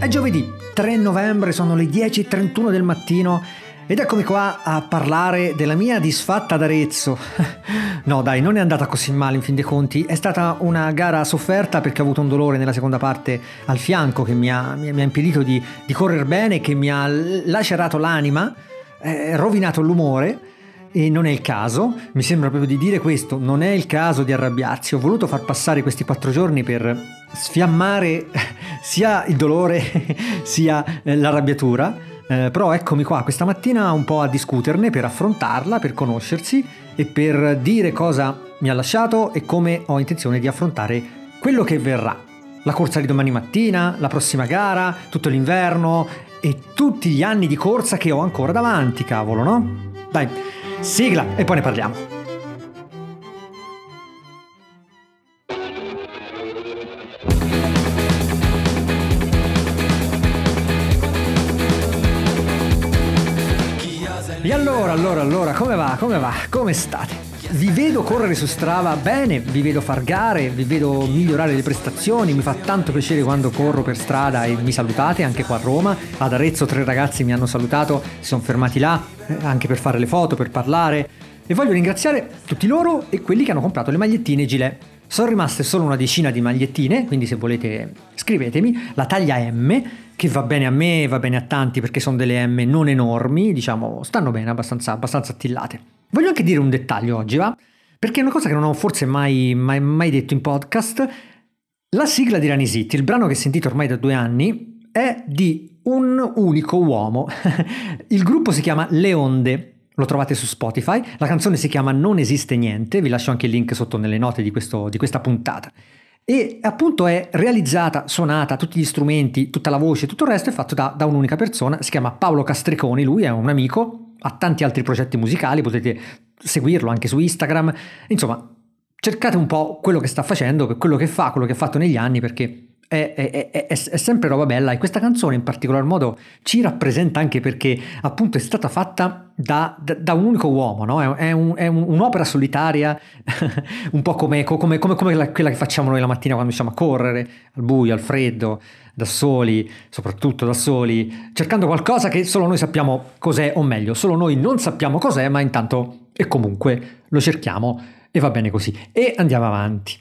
È giovedì 3 novembre, sono le 10:31 del mattino ed eccomi qua a parlare della mia disfatta ad Arezzo. No dai, non è andata così male in fin dei conti, è stata una gara sofferta perché ho avuto un dolore nella seconda parte al fianco che mi ha impedito di correre bene, che mi ha lacerato l'anima, rovinato l'umore. E non è il caso, mi sembra proprio di dire questo, non è il caso di arrabbiarsi. Ho voluto far passare questi 4 giorni per sfiammare sia il dolore sia l'arrabbiatura, però eccomi qua questa mattina un po' a discuterne, per affrontarla, per conoscersi e per dire cosa mi ha lasciato e come ho intenzione di affrontare quello che verrà. La corsa di domani mattina, la prossima gara, tutto l'inverno e tutti gli anni di corsa che ho ancora davanti, cavolo, no? Dai, sigla e poi ne parliamo. E allora, come va? Come state? Vi vedo correre su Strava bene, vi vedo far gare, vi vedo migliorare le prestazioni, mi fa tanto piacere quando corro per strada e mi salutate, anche qua a Roma. Ad Arezzo 3 ragazzi mi hanno salutato, si sono fermati là, anche per fare le foto, per parlare, e voglio ringraziare tutti loro e quelli che hanno comprato le magliettine gilet. Sono rimaste solo una decina di magliettine, quindi se volete scrivetemi, la taglia M, che va bene a me, va bene a tanti perché sono delle M non enormi, diciamo, stanno bene, abbastanza attillate. Voglio anche dire un dettaglio oggi, va? Perché è una cosa che non ho forse mai detto in podcast. La sigla di Rani Zitti, il brano che sentite ormai da 2 anni, è di un unico uomo. Il gruppo si chiama Le Onde. Lo trovate su Spotify, la canzone si chiama Non esiste niente, vi lascio anche il link sotto nelle note di questa puntata. E appunto è realizzata, suonata, tutti gli strumenti, tutta la voce, tutto il resto è fatto da un'unica persona, si chiama Paolo Castriconi, lui è un amico, ha tanti altri progetti musicali, potete seguirlo anche su Instagram, insomma cercate un po' quello che sta facendo, quello che fa, quello che ha fatto negli anni, perché è sempre roba bella, e questa canzone in particolar modo ci rappresenta anche perché appunto è stata fatta da un unico uomo, no? È un'opera solitaria, un po' come quella che facciamo noi la mattina quando usciamo a correre, al buio, al freddo, da soli, soprattutto da soli, cercando qualcosa che solo noi sappiamo cos'è, o meglio, solo noi non sappiamo cos'è, ma intanto e comunque lo cerchiamo e va bene così. E andiamo avanti.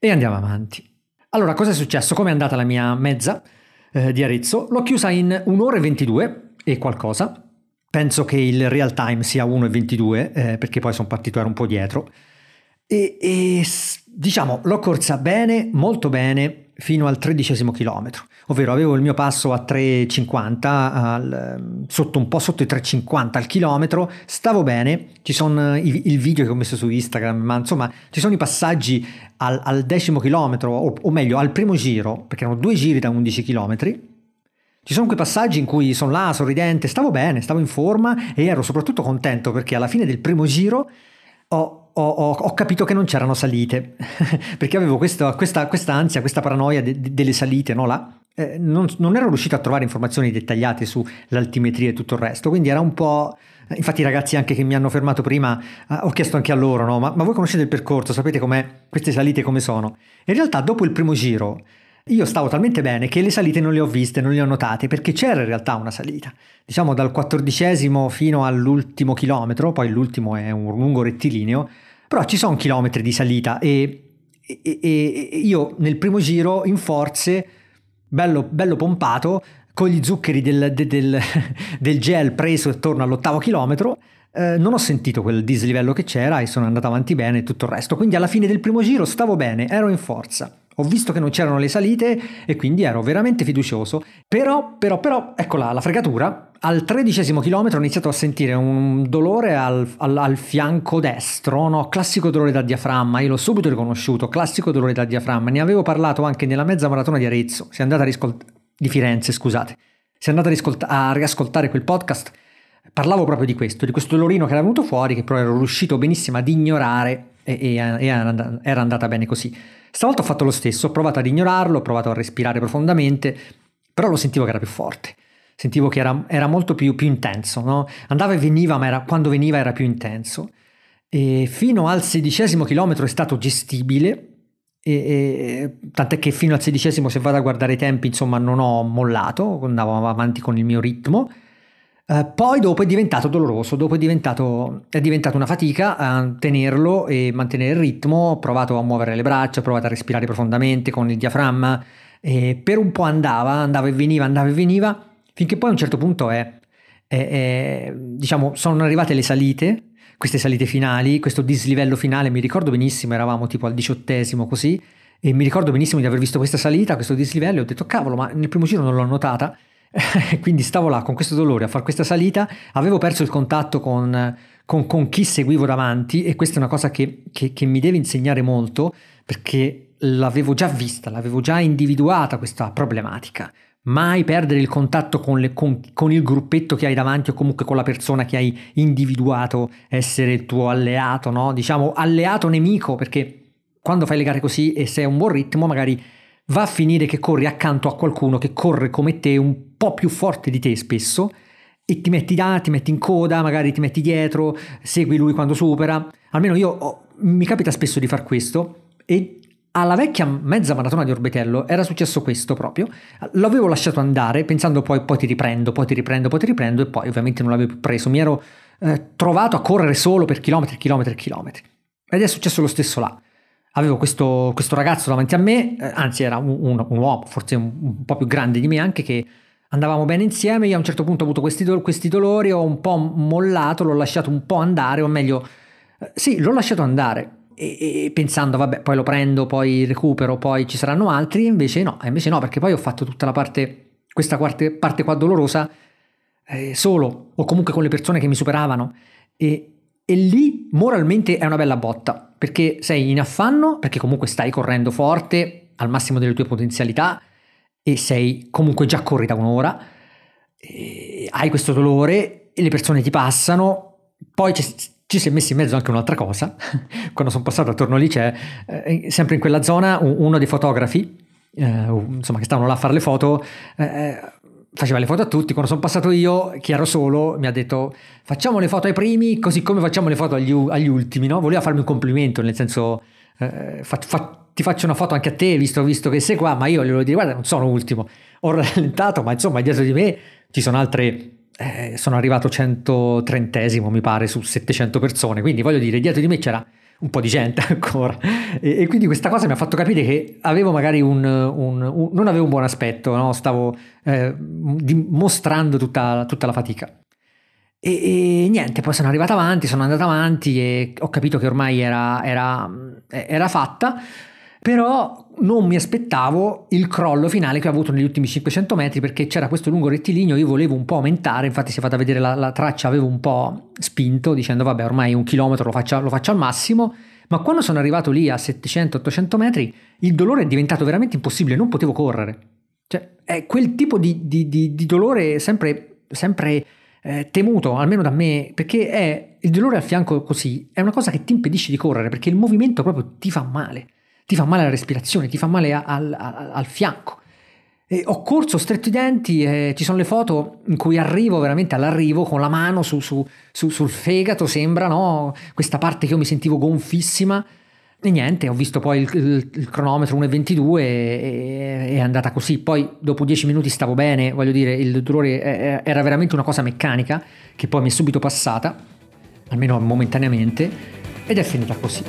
Allora, cosa è successo? Come è andata la mia mezza di Arezzo? L'ho chiusa in 1 ora e 22 e qualcosa. Penso che il real time sia 1 e 22 perché poi sono partito, ero un po' dietro. E diciamo, l'ho corsa bene, molto bene, fino al 13° chilometro. Ovvero avevo il mio passo a 3,50, un po' sotto i 3,50 al chilometro, stavo bene, ci sono il video che ho messo su Instagram, ma insomma ci sono i passaggi al 10° chilometro, o meglio al primo giro, perché erano 2 giri da 11 chilometri. Ci sono quei passaggi in cui sono là, sorridente, stavo bene, stavo in forma e ero soprattutto contento perché alla fine del primo giro ho capito che non c'erano salite, perché avevo questa ansia, questa paranoia delle salite, no? Là. Non ero riuscito a trovare informazioni dettagliate sull'altimetria e tutto il resto, quindi era un po'... Infatti i ragazzi anche che mi hanno fermato prima, ho chiesto anche a loro, no? Ma voi conoscete il percorso, sapete com'è, queste salite come sono? In realtà dopo il primo giro io stavo talmente bene che le salite non le ho viste, non le ho notate, perché c'era in realtà una salita, diciamo dal 14° fino all'ultimo chilometro, poi l'ultimo è un lungo rettilineo, però ci sono chilometri di salita e io nel primo giro in forze, bello pompato, con gli zuccheri del gel preso attorno all'8° chilometro, non ho sentito quel dislivello che c'era e sono andato avanti bene e tutto il resto, quindi alla fine del primo giro stavo bene, ero in forza. Ho visto che non c'erano le salite e quindi ero veramente fiducioso, però, ecco la fregatura, al 13° chilometro ho iniziato a sentire un dolore al fianco destro, no? Classico dolore da diaframma, io l'ho subito riconosciuto, classico dolore da diaframma, ne avevo parlato anche nella mezza maratona di Arezzo, di Firenze, scusate, se andate a riascoltare quel podcast, parlavo proprio di questo dolorino che era venuto fuori, che però ero riuscito benissimo ad ignorare e era andata bene così. Stavolta ho fatto lo stesso, ho provato ad ignorarlo, ho provato a respirare profondamente, però lo sentivo che era più forte, sentivo che era molto più intenso, no? Andava e veniva, ma quando veniva era più intenso. E fino al 16° chilometro è stato gestibile, Tant'è che fino al 16°, se vado a guardare i tempi, insomma, non ho mollato, andavo avanti con il mio ritmo. Poi dopo è diventato doloroso, è diventata una fatica a tenerlo e mantenere il ritmo. Ho provato a muovere le braccia, ho provato a respirare profondamente con il diaframma, e per un po' andava e veniva, finché poi a un certo punto diciamo, sono arrivate le salite, queste salite finali, questo dislivello finale. Mi ricordo benissimo, eravamo tipo al 18° così, e mi ricordo benissimo di aver visto questa salita, questo dislivello, e ho detto cavolo, ma nel primo giro non l'ho notata. Quindi stavo là con questo dolore a fare questa salita, avevo perso il contatto con chi seguivo davanti, e questa è una cosa che mi deve insegnare molto, perché l'avevo già vista, l'avevo già individuata questa problematica. Mai perdere il contatto con il gruppetto che hai davanti, o comunque con la persona che hai individuato essere il tuo alleato, no? Diciamo alleato nemico, perché quando fai le gare così e sei a un buon ritmo, magari va a finire che corri accanto a qualcuno che corre come te, un po' più forte di te spesso, e ti metti là, ti metti in coda, magari ti metti dietro, segui lui quando supera. Almeno mi capita spesso di far questo, e alla vecchia mezza maratona di Orbetello era successo questo proprio. L'avevo lasciato andare pensando poi ti riprendo, e poi ovviamente non l'avevo più preso. Mi ero trovato a correre solo per chilometri. Ed è successo lo stesso là. Avevo questo ragazzo davanti a me, anzi era un uomo, forse un po' più grande di me anche, che andavamo bene insieme. Io a un certo punto ho avuto questi dolori, ho un po' mollato, l'ho lasciato un po' andare, o meglio, sì, l'ho lasciato andare, e pensando vabbè, poi lo prendo, poi recupero, poi ci saranno altri. Invece no, perché poi ho fatto tutta questa parte qua dolorosa, solo, o comunque con le persone che mi superavano, e lì moralmente è una bella botta, perché sei in affanno, perché comunque stai correndo forte al massimo delle tue potenzialità, e sei comunque già corri da un'ora, e hai questo dolore e le persone ti passano. Poi ci si è messo in mezzo anche un'altra cosa. Quando sono passato attorno lì c'è sempre in quella zona uno dei fotografi, insomma, che stavano là a fare le foto, faceva le foto a tutti. Quando sono passato io, che ero solo, mi ha detto facciamo le foto ai primi così come facciamo le foto agli ultimi, no? Voleva farmi un complimento, nel senso ti faccio una foto anche a te, visto che sei qua. Ma io gli volevo dire guarda, non sono ultimo, ho rallentato, ma insomma dietro di me ci sono altre, sono arrivato 130° mi pare su 700 persone, quindi voglio dire dietro di me c'era un po' di gente ancora, e quindi questa cosa mi ha fatto capire che avevo magari non avevo un buon aspetto, no? Stavo dimostrando tutta la fatica, e niente. Poi sono andato avanti, e ho capito che ormai era fatta. Però non mi aspettavo il crollo finale che ho avuto negli ultimi 500 metri, perché c'era questo lungo rettilineo, io volevo un po' aumentare, infatti si è fatta vedere la traccia, avevo un po' spinto dicendo vabbè, ormai 1 chilometro lo faccio al massimo. Ma quando sono arrivato lì a 700-800 metri il dolore è diventato veramente impossibile, non potevo correre. Cioè è quel tipo di dolore sempre temuto, almeno da me, perché il dolore al fianco così è una cosa che ti impedisce di correre, perché il movimento proprio ti fa male. Ti fa male la respirazione, ti fa male al fianco. E ho corso, ho stretto i denti, e ci sono le foto in cui arrivo veramente all'arrivo con la mano sul fegato, sembra, no? Questa parte che io mi sentivo gonfissima. E niente, ho visto poi il cronometro 1,22 e è andata così. Poi dopo 10 minuti stavo bene, voglio dire, il dolore era veramente una cosa meccanica che poi mi è subito passata, almeno momentaneamente, ed è finita così.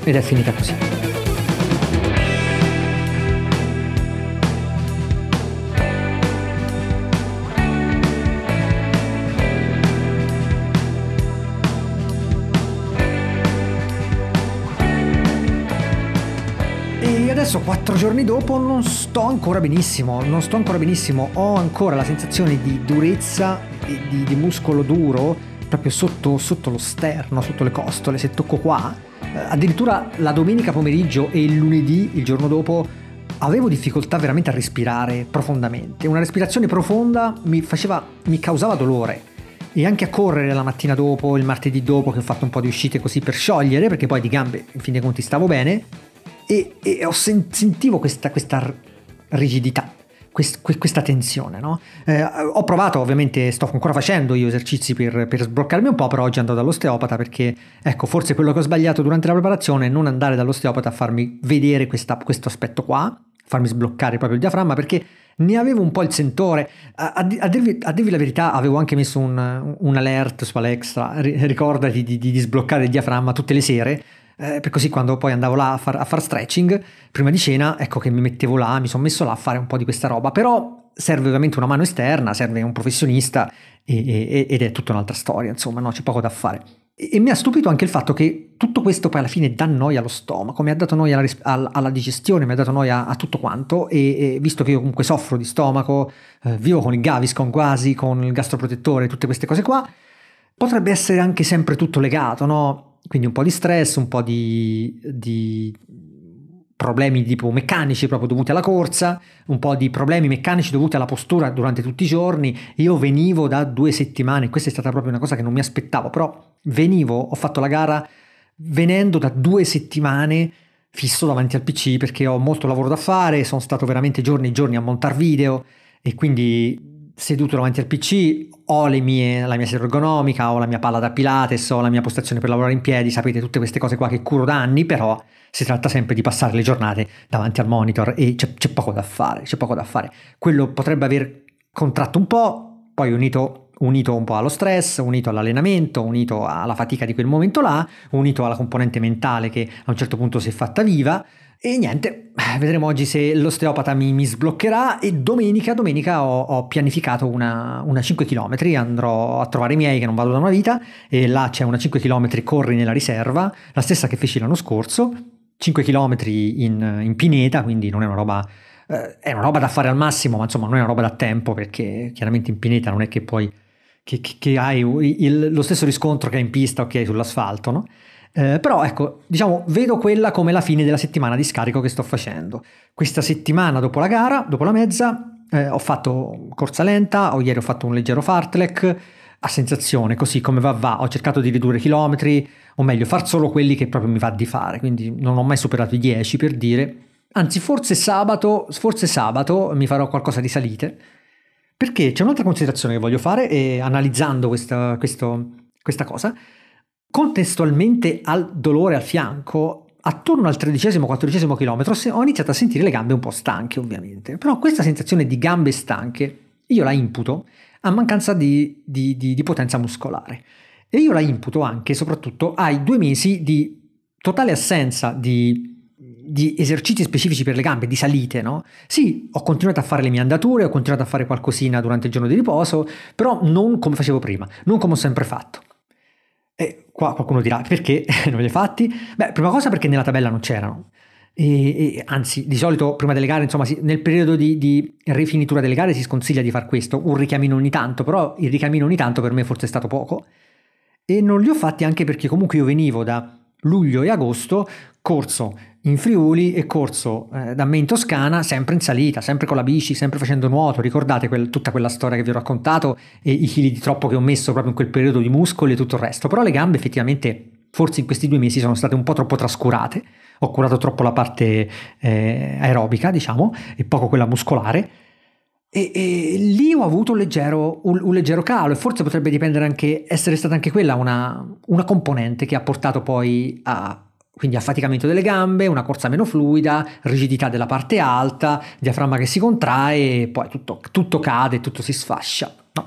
Adesso 4 giorni dopo non sto ancora benissimo, ho ancora la sensazione di durezza e di muscolo duro proprio sotto lo sterno, sotto le costole, se tocco qua. Addirittura la domenica pomeriggio e il lunedì, il giorno dopo, avevo difficoltà veramente a respirare profondamente. Una respirazione profonda mi causava dolore. E anche a correre la mattina dopo, il martedì dopo, che ho fatto un po' di uscite così per sciogliere, perché poi di gambe in fin dei conti stavo bene. E sentivo questa rigidità. questa tensione, no? Ho provato, ovviamente sto ancora facendo io esercizi per sbloccarmi un po', però oggi andrò dall'osteopata perché, ecco, forse quello che ho sbagliato durante la preparazione è non andare dall'osteopata a farmi vedere questo aspetto qua, farmi sbloccare proprio il diaframma, perché ne avevo un po' il sentore. A dirvi la verità, avevo anche messo un alert su Alexa, ricordati di sbloccare il diaframma tutte le sere, per così quando poi andavo là a far stretching prima di cena, ecco che mi mettevo là, mi sono messo là a fare un po' di questa roba. Però serve ovviamente una mano esterna, serve un professionista ed è tutta un'altra storia, insomma, no, c'è poco da fare. E mi ha stupito anche il fatto che tutto questo poi alla fine dà noia allo stomaco, mi ha dato noia alla digestione, mi ha dato noia a tutto quanto, e visto che io comunque soffro di stomaco, vivo con il Gaviscon quasi, con il gastroprotettore, tutte queste cose qua, potrebbe essere anche sempre tutto legato, no? Quindi un po' di stress, un po' di problemi tipo meccanici proprio dovuti alla corsa, un po' di problemi meccanici dovuti alla postura durante tutti i giorni. Io venivo da 2 settimane, questa è stata proprio una cosa che non mi aspettavo, però ho fatto la gara venendo da 2 settimane fisso davanti al PC perché ho molto lavoro da fare, sono stato veramente giorni e giorni a montare video e quindi seduto davanti al PC ho la mia sedia ergonomica, ho la mia palla da Pilates, ho la mia postazione per lavorare in piedi, sapete, tutte queste cose qua che curo da anni, però si tratta sempre di passare le giornate davanti al monitor e c'è poco da fare, Quello potrebbe aver contratto un po', poi unito un po' allo stress, unito all'allenamento, unito alla fatica di quel momento là, unito alla componente mentale che a un certo punto si è fatta viva. E niente, vedremo oggi se l'osteopata mi sbloccherà. E domenica ho pianificato una 5 km, andrò a trovare i miei che non vado da una vita, e là c'è una 5 km corri nella riserva, la stessa che feci l'anno scorso, 5 km in pineta, quindi non è una roba, è una roba da fare al massimo, ma insomma non è una roba da tempo, perché chiaramente in pineta non è che poi che hai lo stesso riscontro che hai in pista o che hai sull'asfalto, no? Però ecco, diciamo, vedo quella come la fine della settimana di scarico che sto facendo. Questa settimana dopo la gara, dopo la mezza, ho fatto corsa lenta, ieri ho fatto un leggero fartlek, a sensazione, così come va, ho cercato di ridurre chilometri, o meglio, far solo quelli che proprio mi va di fare, quindi non ho mai superato i 10 per dire, anzi forse sabato mi farò qualcosa di salite, perché c'è un'altra considerazione che voglio fare, e analizzando questa cosa. Contestualmente al dolore al fianco, attorno al 13° chilometro ho iniziato a sentire le gambe un po' stanche, ovviamente. Però questa sensazione di gambe stanche io la imputo a mancanza di potenza muscolare. E io la imputo anche e soprattutto ai 2 mesi di totale assenza di esercizi specifici per le gambe, di salite, no? Sì, ho continuato a fare le mie andature, ho continuato a fare qualcosina durante il giorno di riposo, però non come facevo prima, non come ho sempre fatto. E qua qualcuno dirà perché non li hai fatti? Beh, prima cosa perché nella tabella non c'erano, e anzi di solito prima delle gare, insomma, nel periodo di rifinitura delle gare si sconsiglia di far questo, un richiamino ogni tanto, però il richiamino ogni tanto per me forse è stato poco, e non li ho fatti anche perché comunque io venivo da luglio e agosto corso in Friuli e corso da me in Toscana, sempre in salita, sempre con la bici, sempre facendo nuoto. Ricordate tutta quella storia che vi ho raccontato e i chili di troppo che ho messo proprio in quel periodo di muscoli e tutto il resto. Però le gambe effettivamente forse in questi 2 mesi sono state un po' troppo trascurate, ho curato troppo la parte aerobica, diciamo, e poco quella muscolare. E lì ho avuto un leggero calo, e forse potrebbe essere stata anche quella una componente che ha portato poi quindi affaticamento delle gambe, una corsa meno fluida, rigidità della parte alta, diaframma che si contrae, e poi tutto cade, tutto si sfascia, no?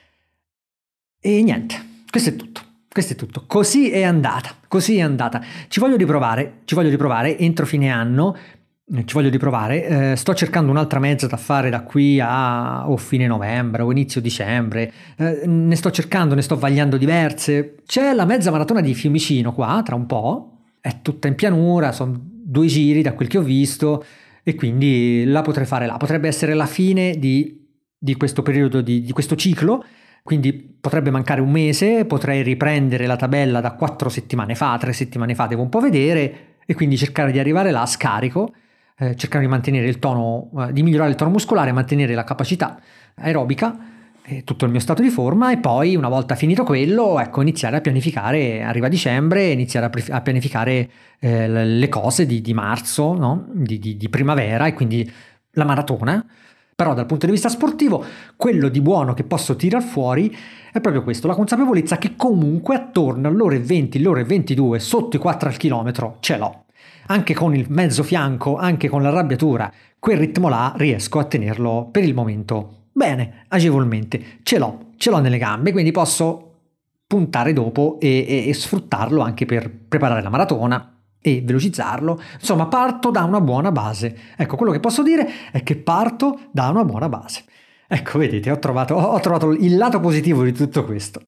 E niente, questo è tutto. Così è andata. Ci voglio riprovare entro fine anno. Sto cercando un'altra mezza da fare da qui a fine novembre o inizio dicembre, ne sto vagliando diverse. C'è la mezza maratona di Fiumicino qua tra un po', è tutta in pianura, sono 2 giri da quel che ho visto, e quindi la potrei fare là. Potrebbe essere la fine di questo periodo, di questo ciclo, quindi potrebbe mancare un mese, potrei riprendere la tabella da 3 settimane fa, devo un po' vedere, e quindi cercare di arrivare là a scarico, cercare di mantenere il tono, di migliorare il tono muscolare, mantenere la capacità aerobica, tutto il mio stato di forma, e poi una volta finito quello, ecco, iniziare a pianificare, arriva dicembre, iniziare a pianificare le cose di marzo, no? di primavera, e quindi la maratona. Però dal punto di vista sportivo, quello di buono che posso tirar fuori è proprio questo, la consapevolezza che comunque attorno all'ora 20, l'ora 22, sotto i 4 al chilometro ce l'ho. Anche con il mezzo fianco, anche con l'arrabbiatura, quel ritmo là riesco a tenerlo per il momento bene, agevolmente. Ce l'ho nelle gambe, quindi posso puntare dopo e sfruttarlo anche per preparare la maratona e velocizzarlo. Insomma, parto da una buona base. Ecco, quello che posso dire è che parto da una buona base. Ecco, vedete, ho trovato il lato positivo di tutto questo.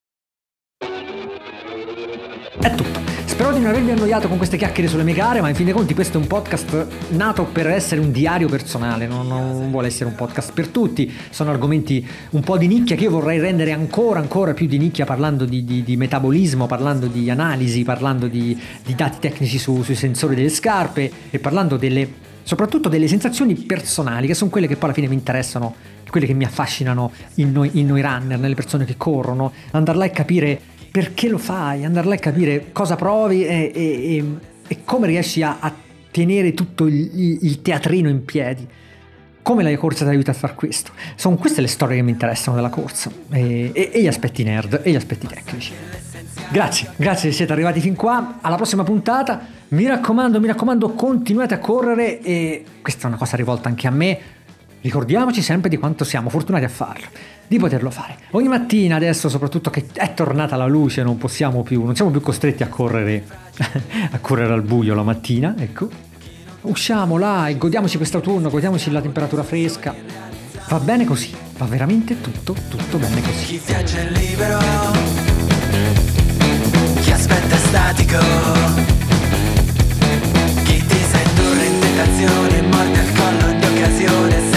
È tutto. Spero di non avervi annoiato con queste chiacchiere sulle mie gare, ma in fin dei conti questo è un podcast nato per essere un diario personale, non vuole essere un podcast per tutti, sono argomenti un po' di nicchia che io vorrei rendere ancora più di nicchia, parlando di metabolismo, parlando di analisi, parlando di dati tecnici sui sensori delle scarpe e parlando soprattutto delle sensazioni personali, che sono quelle che poi alla fine mi interessano, quelle che mi affascinano in noi runner, nelle persone che corrono, andare là e capire perché lo fai, andare là e capire cosa provi e come riesci a tenere tutto il teatrino in piedi. Come la corsa ti aiuta a far questo? Sono queste le storie che mi interessano della corsa e gli aspetti nerd e gli aspetti tecnici. Grazie che siete arrivati fin qua. Alla prossima puntata. Mi raccomando, continuate a correre, e questa è una cosa rivolta anche a me. Ricordiamoci sempre di quanto siamo fortunati a farlo, di poterlo fare. Ogni mattina adesso, soprattutto che è tornata la luce, non siamo più costretti a correre al buio la mattina, ecco. Usciamo là e godiamoci quest'autunno, godiamoci la temperatura fresca. Va bene così, va veramente tutto bene così. Chi viaggia è libero, chi aspetta è statico, chi ti sa indurre in tentazione, morte al collo ogni occasione.